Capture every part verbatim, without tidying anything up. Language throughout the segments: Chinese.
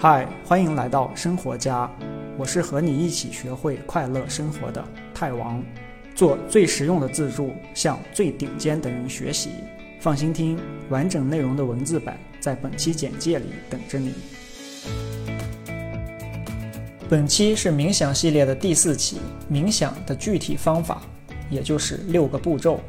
嗨，欢迎来到生活家，我是和你一起学会快乐生活的泰王，做最实用的自助，向最顶尖的人学习。放心听，完整内容的文字版在本期简介里等着你。本期是冥想系列的第四期，冥想的具体方法，也就是六个步骤。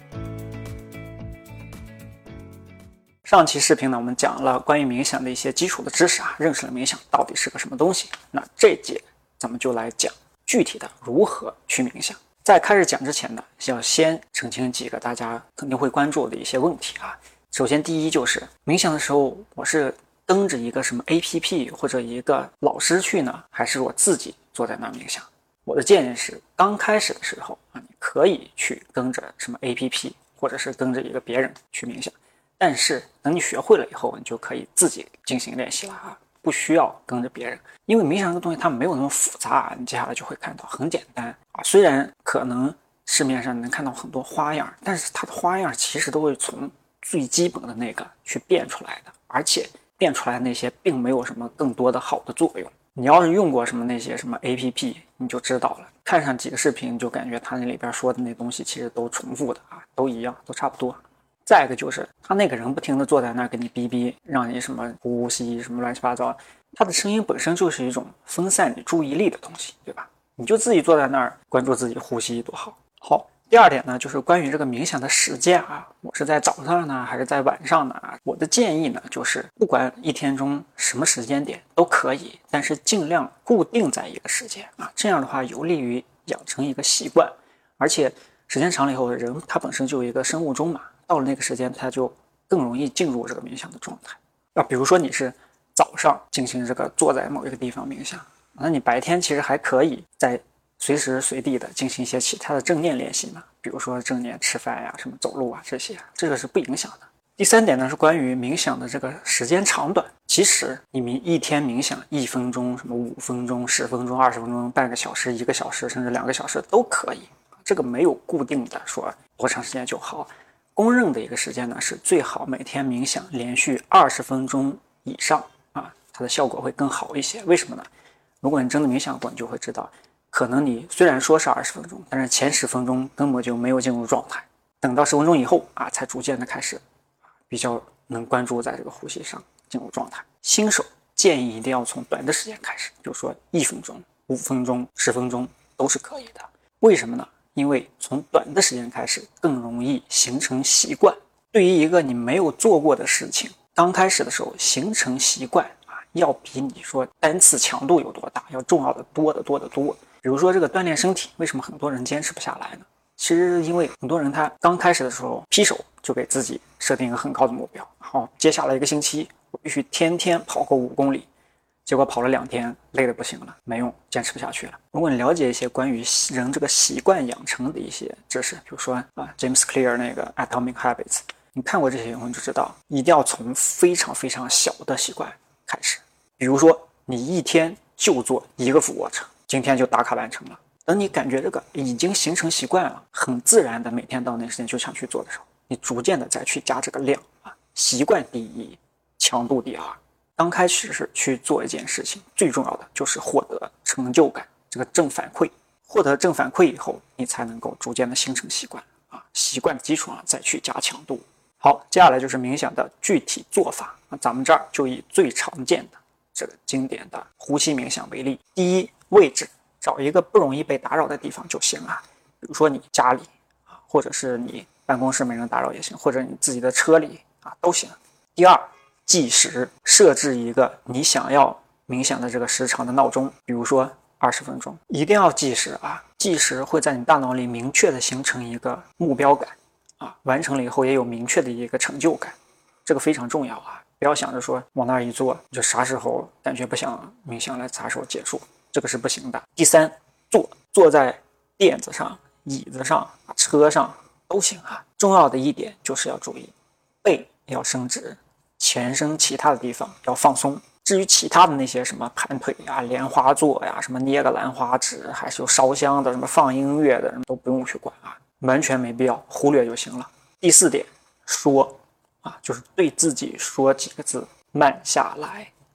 上期视频呢，我们讲了关于冥想的一些基础的知识啊，认识了冥想到底是个什么东西。那这节咱们就来讲具体的如何去冥想。在开始讲之前呢，要先澄清几个大家肯定会关注的一些问题啊。首先第一就是冥想的时候，我是跟着一个什么 A P P 或者一个老师去呢，还是我自己坐在那冥想？我的建议是，刚开始的时候啊，你可以去跟着什么 A P P 或者是跟着一个别人去冥想。但是等你学会了以后，你就可以自己进行练习了啊，不需要跟着别人。因为冥想这个东西它没有那么复杂，你接下来就会看到很简单啊。虽然可能市面上能看到很多花样，但是它的花样其实都会从最基本的那个去变出来的，而且变出来的那些并没有什么更多的好的作用。你要是用过什么那些什么 A P P， 你就知道了，看上几个视频就感觉它那里边说的那东西其实都重复的啊，都一样，都差不多。再一个就是他那个人不停地坐在那儿给你逼逼，让你什么呼吸什么乱七八糟，他的声音本身就是一种分散你注意力的东西，对吧？你就自己坐在那儿关注自己呼吸多好。好，第二点呢，就是关于这个冥想的时间啊，我是在早上呢还是在晚上呢？我的建议呢，就是不管一天中什么时间点都可以，但是尽量固定在一个时间啊，这样的话有利于养成一个习惯，而且时间长了以后，人他本身就有一个生物钟嘛。到了那个时间，他就更容易进入这个冥想的状态。啊，比如说你是早上进行这个坐在某一个地方冥想，那你白天其实还可以在随时随地的进行一些其他的正念练习嘛，比如说正念吃饭呀、什么走路啊这些，这个是不影响的。第三点呢是关于冥想的这个时间长短。其实你一天冥想一分钟、什么五分钟、十分钟、二十分钟、半个小时、一个小时，甚至两个小时都可以。这个没有固定的说多长时间就好。公认的一个时间呢，是最好每天冥想连续二十分钟以上啊，它的效果会更好一些。为什么呢？如果你真的冥想过，你就会知道，可能你虽然说是二十分钟，但是前十分钟根本就没有进入状态，等到十分钟以后啊，才逐渐的开始比较能关注在这个呼吸上进入状态。新手建议一定要从短的时间开始，比如说一分钟、五分钟、十分钟都是可以的。为什么呢？因为从短的时间开始更容易形成习惯。对于一个你没有做过的事情，刚开始的时候形成习惯啊，要比你说单次强度有多大要重要的多得多得多。比如说这个锻炼身体，为什么很多人坚持不下来呢？其实因为很多人他刚开始的时候劈手就给自己设定一个很高的目标，好，接下来一个星期我必须天天跑个五公里，结果跑了两天累得不行了，没用，坚持不下去了。如果你了解一些关于人这个习惯养成的一些知识，比如说啊 James Clear 那个 Atomic Habits， 你看过这些以后你就知道，一定要从非常非常小的习惯开始。比如说你一天就做一个俯卧撑，今天就打卡完成了。等你感觉这个已经形成习惯了，很自然的每天到那时间就想去做的时候，你逐渐的再去加这个量啊，习惯第一，强度第二。刚开始是去做一件事情，最重要的就是获得成就感，这个正反馈。获得正反馈以后，你才能够逐渐的形成习惯啊，习惯的基础上再去加强度。好，接下来就是冥想的具体做法啊，咱们这儿就以最常见的这个经典的呼吸冥想为例。第一，位置，找一个不容易被打扰的地方就行了，比如说你家里啊，或者是你办公室没人打扰也行，或者你自己的车里啊都行。第二，计时，设置一个你想要冥想的这个时长的闹钟，比如说二十分钟，一定要计时啊！计时会在你大脑里明确的形成一个目标感啊，完成了以后也有明确的一个成就感，这个非常重要啊！不要想着说往那儿一坐，就啥时候感觉不想冥想了，啥时候结束，这个是不行的。第三，坐，坐在垫子上、椅子上、车上都行啊。重要的一点就是要注意，背要伸直。全身其他的地方要放松，至于其他的那些什么盘腿呀、莲花座呀、什么捏个兰花指，还是有烧香的、什么放音乐的，都不用去管啊，完全没必要，忽略就行了。第四点，说啊，就是对自己说几个字，慢下来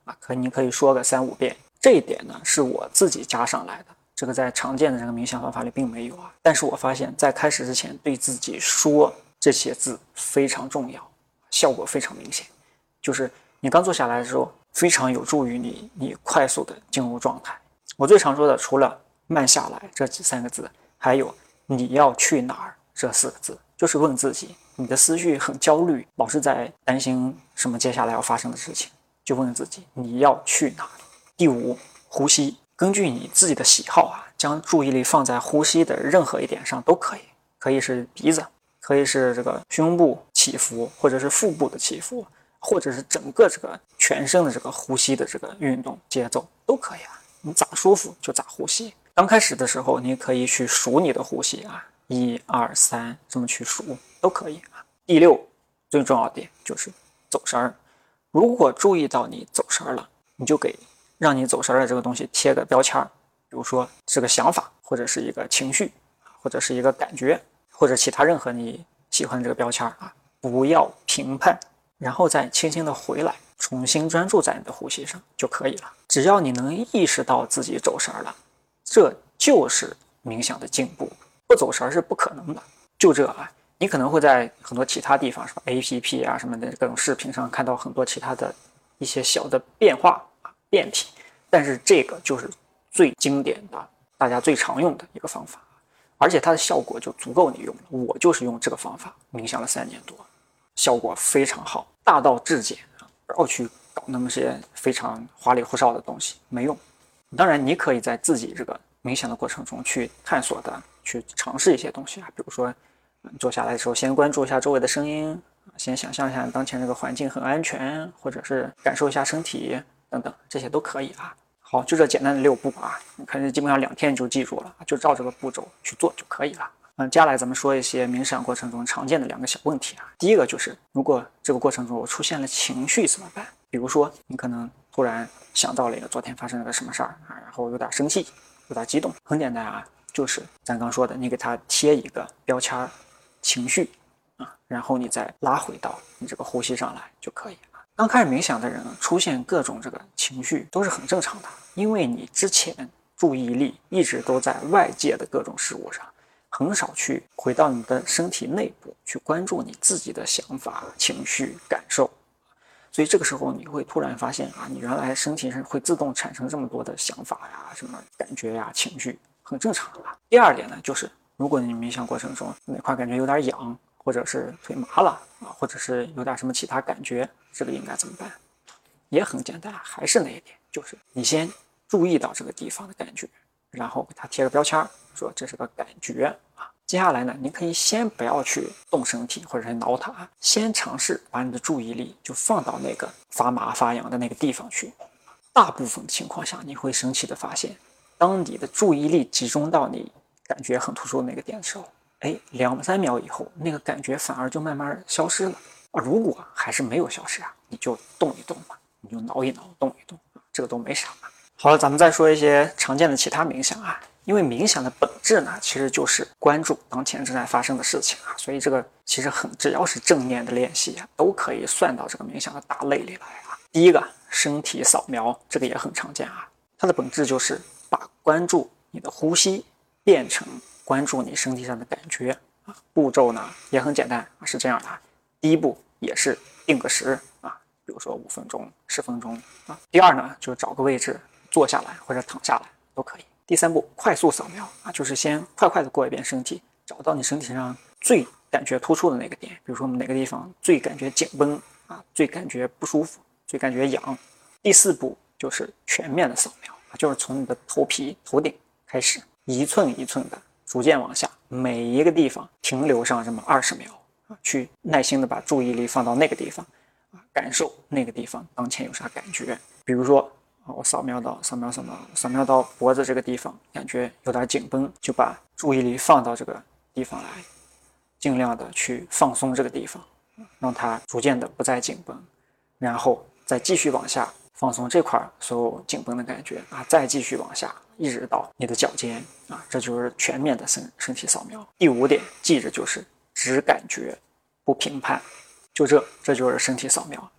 啊，可你可以说个三五遍。这一点呢是我自己加上来的，这个在常见的这个冥想方法里并没有啊。但是我发现在开始之前对自己说这些字非常重要，效果非常明显。就是你刚坐下来的时候，非常有助于你你快速的进入状态。我最常说的除了慢下来这三个字，还有你要去哪儿这四个字，就是问自己，你的思绪很焦虑，老是在担心什么接下来要发生的事情，就问自己你要去哪儿。第五，呼吸，根据你自己的喜好啊，将注意力放在呼吸的任何一点上都可以，可以是鼻子，可以是这个胸部起伏，或者是腹部的起伏，或者是整个这个全身的这个呼吸的这个运动节奏都可以啊，你咋舒服就咋呼吸。刚开始的时候，你可以去数你的呼吸啊，一二三，这么去数都可以啊。第六，最重要的点就是走神儿。如果注意到你走神儿了，你就给让你走神儿的这个东西贴个标签，比如说是个想法，或者是一个情绪，或者是一个感觉，或者其他任何你喜欢的这个标签啊，不要评判，然后再轻轻的回来，重新专注在你的呼吸上就可以了。只要你能意识到自己走神了，这就是冥想的进步，不走神是不可能的。就这啊，你可能会在很多其他地方，什么 A P P 啊什么的各种视频上看到很多其他的一些小的变化啊变体，但是这个就是最经典的，大家最常用的一个方法，而且它的效果就足够你用了。我就是用这个方法冥想了三年多，效果非常好，大道至简啊，不要去搞那么些非常花里胡哨的东西，没用。当然你可以在自己这个冥想的过程中去探索的，去尝试一些东西啊，比如说坐下来的时候先关注一下周围的声音，先想象一下当前这个环境很安全，或者是感受一下身体等等，这些都可以啊。好，就这简单的六步啊，你看基本上两天就记住了，就照这个步骤去做就可以了。嗯，接下来咱们说一些冥想过程中常见的两个小问题啊。第一个就是，如果这个过程中我出现了情绪怎么办？比如说，你可能突然想到了一个昨天发生了个什么事儿啊，然后有点生气，有点激动。很简单啊，就是咱刚说的，你给它贴一个标签，情绪啊，然后你再拉回到你这个呼吸上来就可以了。刚开始冥想的人出现各种这个情绪都是很正常的，因为你之前注意力一直都在外界的各种事物上，很少去回到你的身体内部去关注你自己的想法、情绪、感受。所以这个时候你会突然发现啊，你原来身体上会自动产生这么多的想法呀、什么感觉呀、情绪，很正常啊。第二点呢，就是如果你冥想过程中哪块感觉有点痒，或者是腿麻了啊，或者是有点什么其他感觉，这个应该怎么办？也很简单，还是那一点，就是你先注意到这个地方的感觉，然后给它贴个标签，说这是个感觉啊。接下来呢，你可以先不要去动身体或者是挠它，先尝试把你的注意力就放到那个发麻发痒的那个地方去。大部分情况下，你会神奇的发现，当你的注意力集中到你感觉很突出的那个点的时候，哎，两三秒以后，那个感觉反而就慢慢消失了。啊，如果还是没有消失啊，你就动一动嘛，你就挠一挠，动一动，这个都没啥。好了，咱们再说一些常见的其他冥想啊。因为冥想的本质呢，其实就是关注当前正在发生的事情啊，所以这个其实很，只要是正念的练习啊，都可以算到这个冥想的大类里来啊。第一个，身体扫描，这个也很常见啊，它的本质就是把关注你的呼吸变成关注你身体上的感觉啊。步骤呢也很简单啊，是这样的啊，第一步也是定个时啊，比如说五分钟、十分钟啊。第二呢，就找个位置坐下来或者躺下来都可以。第三步，快速扫描啊，就是先快快的过一遍身体，找到你身体上最感觉突出的那个点，比如说哪个地方最感觉紧绷啊，最感觉不舒服，最感觉痒。第四步就是全面的扫描啊，就是从你的头皮、头顶开始，一寸一寸的逐渐往下，每一个地方停留上这么二十秒啊，去耐心的把注意力放到那个地方啊，感受那个地方当前有啥感觉，比如说。我扫描到扫描扫描扫描到脖子这个地方，感觉有点紧绷，就把注意力放到这个地方来，尽量的去放松这个地方，让它逐渐的不再紧绷，然后再继续往下放松这块所有紧绷的感觉啊，再继续往下，一直到你的脚尖啊，这就是全面的身身体扫描。第五点，记着就是只感觉不评判，就这，这就是身体扫描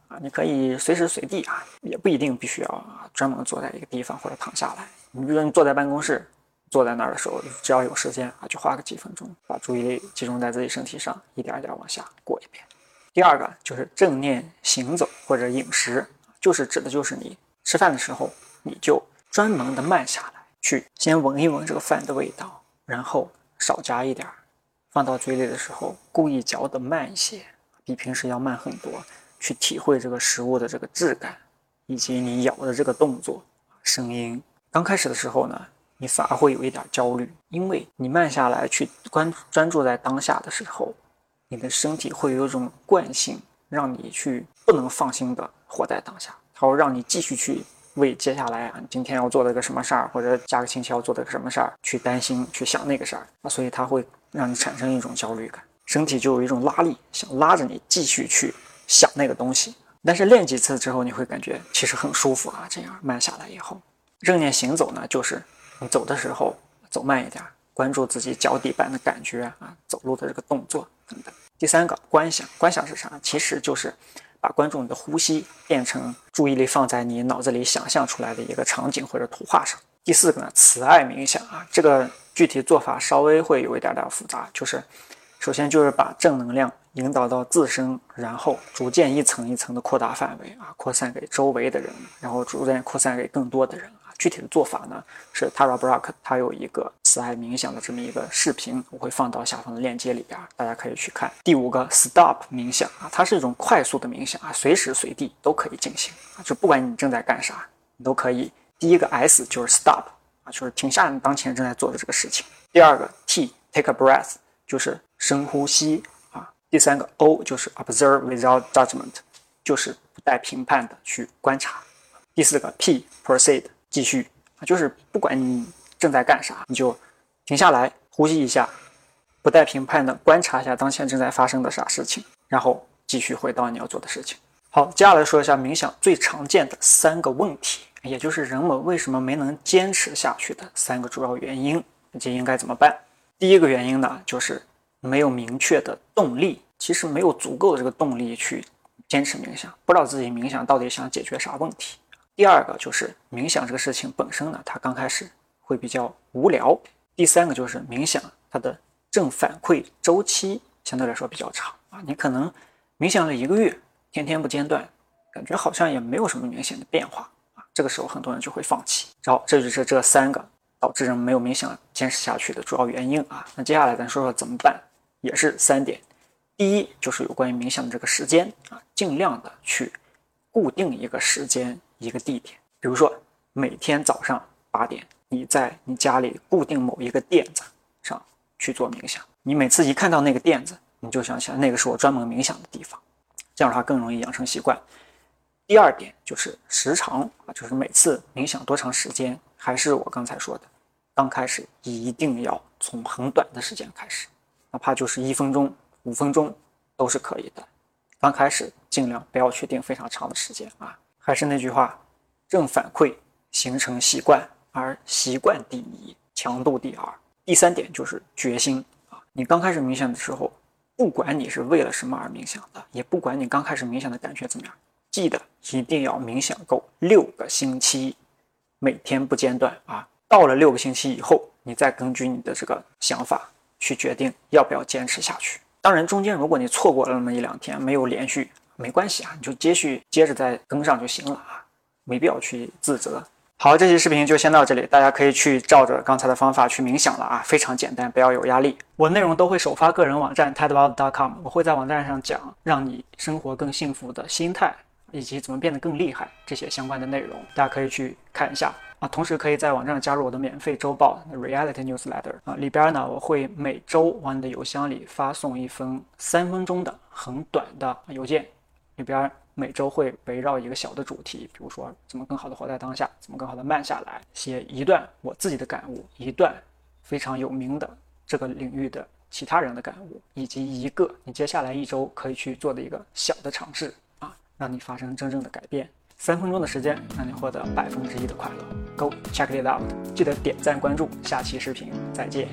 啊，你可以随时随地啊，也不一定必须要啊专门坐在一个地方或者躺下来。你比如说你坐在办公室，坐在那儿的时候，只要有时间啊，就花个几分钟，把注意力集中在自己身体上，一点一点往下过一遍。第二个就是正念行走或者饮食，就是指的就是你吃饭的时候，你就专门的慢下来，去先闻一闻这个饭的味道，然后少加一点，放到嘴里的时候故意嚼得慢一些，比平时要慢很多，去体会这个食物的这个质感，以及你咬的这个动作、声音。刚开始的时候呢，你反而会有一点焦虑，因为你慢下来去关专注在当下的时候，你的身体会有一种惯性，让你去不能放心的活在当下，它会让你继续去为接下来啊今天要做的个什么事儿，或者下个星期要做的个什么事儿去担心去想那个事儿啊，所以它会让你产生一种焦虑感，身体就有一种拉力，想拉着你继续去想那个东西。但是练几次之后，你会感觉其实很舒服啊，这样慢下来以后。正念行走呢，就是你走的时候走慢一点，关注自己脚底板的感觉啊，走路的这个动作等等。第三个观想，观想是啥？其实就是把关注你的呼吸变成注意力放在你脑子里想象出来的一个场景或者图画上。第四个呢，慈爱冥想啊，这个具体做法稍微会有一点点复杂，就是首先就是把正能量引导到自身，然后逐渐一层一层的扩大范围啊，扩散给周围的人，然后逐渐扩散给更多的人啊。具体的做法呢，是 Tara Brach 他有一个慈爱冥想的这么一个视频，我会放到下方的链接里边，大家可以去看。第五个 Stop 冥想啊，它是一种快速的冥想啊，随时随地都可以进行啊，就不管你正在干啥，你都可以。第一个 S 就是 Stop 啊，就是停下你当前正在做的这个事情。第二个 T Take a breath 就是深呼吸啊。第三个 O 就是 Observe without judgment 就是不带评判的去观察。第四个 P Proceed继续，就是不管你正在干啥，你就停下来呼吸一下，不带评判的观察一下当前正在发生的啥事情，然后继续回到你要做的事情。好，接下来说一下冥想最常见的三个问题，也就是人们为什么没能坚持下去的三个主要原因，以及应该怎么办。第一个原因呢，就是没有明确的动力，其实没有足够的这个动力去坚持冥想，不知道自己冥想到底想解决啥问题。第二个就是冥想这个事情本身呢，它刚开始会比较无聊。第三个就是冥想它的正反馈周期相对来说比较长啊，你可能冥想了一个月，天天不间断，感觉好像也没有什么明显的变化啊，这个时候很多人就会放弃。好，这就是这三个导致人没有冥想坚持下去的主要原因啊。那接下来咱说说怎么办，也是三点。第一就是有关于冥想的这个时间啊，尽量的去固定一个时间一个地点，比如说每天早上八点，你在你家里固定某一个垫子上去做冥想，你每次一看到那个垫子，你就想起来那个是我专门冥想的地方，这样的话更容易养成习惯。第二点就是时长，就是每次冥想多长时间，还是我刚才说的，刚开始一定要从很短的时间开始，哪怕就是一分钟五分钟都是可以的，刚开始尽量不要去定非常长的时间啊。还是那句话，正反馈形成习惯，而习惯第一，强度第二。第三点就是决心啊，你刚开始冥想的时候，不管你是为了什么而冥想的，也不管你刚开始冥想的感觉怎么样，记得一定要冥想够六个星期，每天不间断啊。到了六个星期以后，你再根据你的这个想法去决定要不要坚持下去。当然中间如果你错过了那么一两天没有连续，没关系啊，你就接续接着再跟上就行了啊，没必要去自责。好，这期视频就先到这里，大家可以去照着刚才的方法去冥想了啊，非常简单，不要有压力。我内容都会首发个人网站 ted about dot com， 我会在网站上讲让你生活更幸福的心态，以及怎么变得更厉害这些相关的内容，大家可以去看一下啊。同时可以在网站加入我的免费周报 Reality Newsletter 啊，里边呢我会每周往你的邮箱里发送一封三分钟的很短的邮件，里边每周会围绕一个小的主题，比如说怎么更好的活在当下，怎么更好的慢下来，写一段我自己的感悟，一段非常有名的这个领域的其他人的感悟，以及一个你接下来一周可以去做的一个小的尝试啊，让你发生真正的改变。三分钟的时间让你获得百分之一的快乐。 Go check it out， 记得点赞关注，下期视频再见。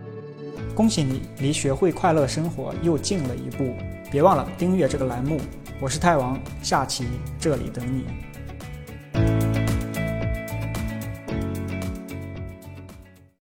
恭喜你离学会快乐生活又近了一步，别忘了订阅这个栏目， 我是泰王，下期这里等你。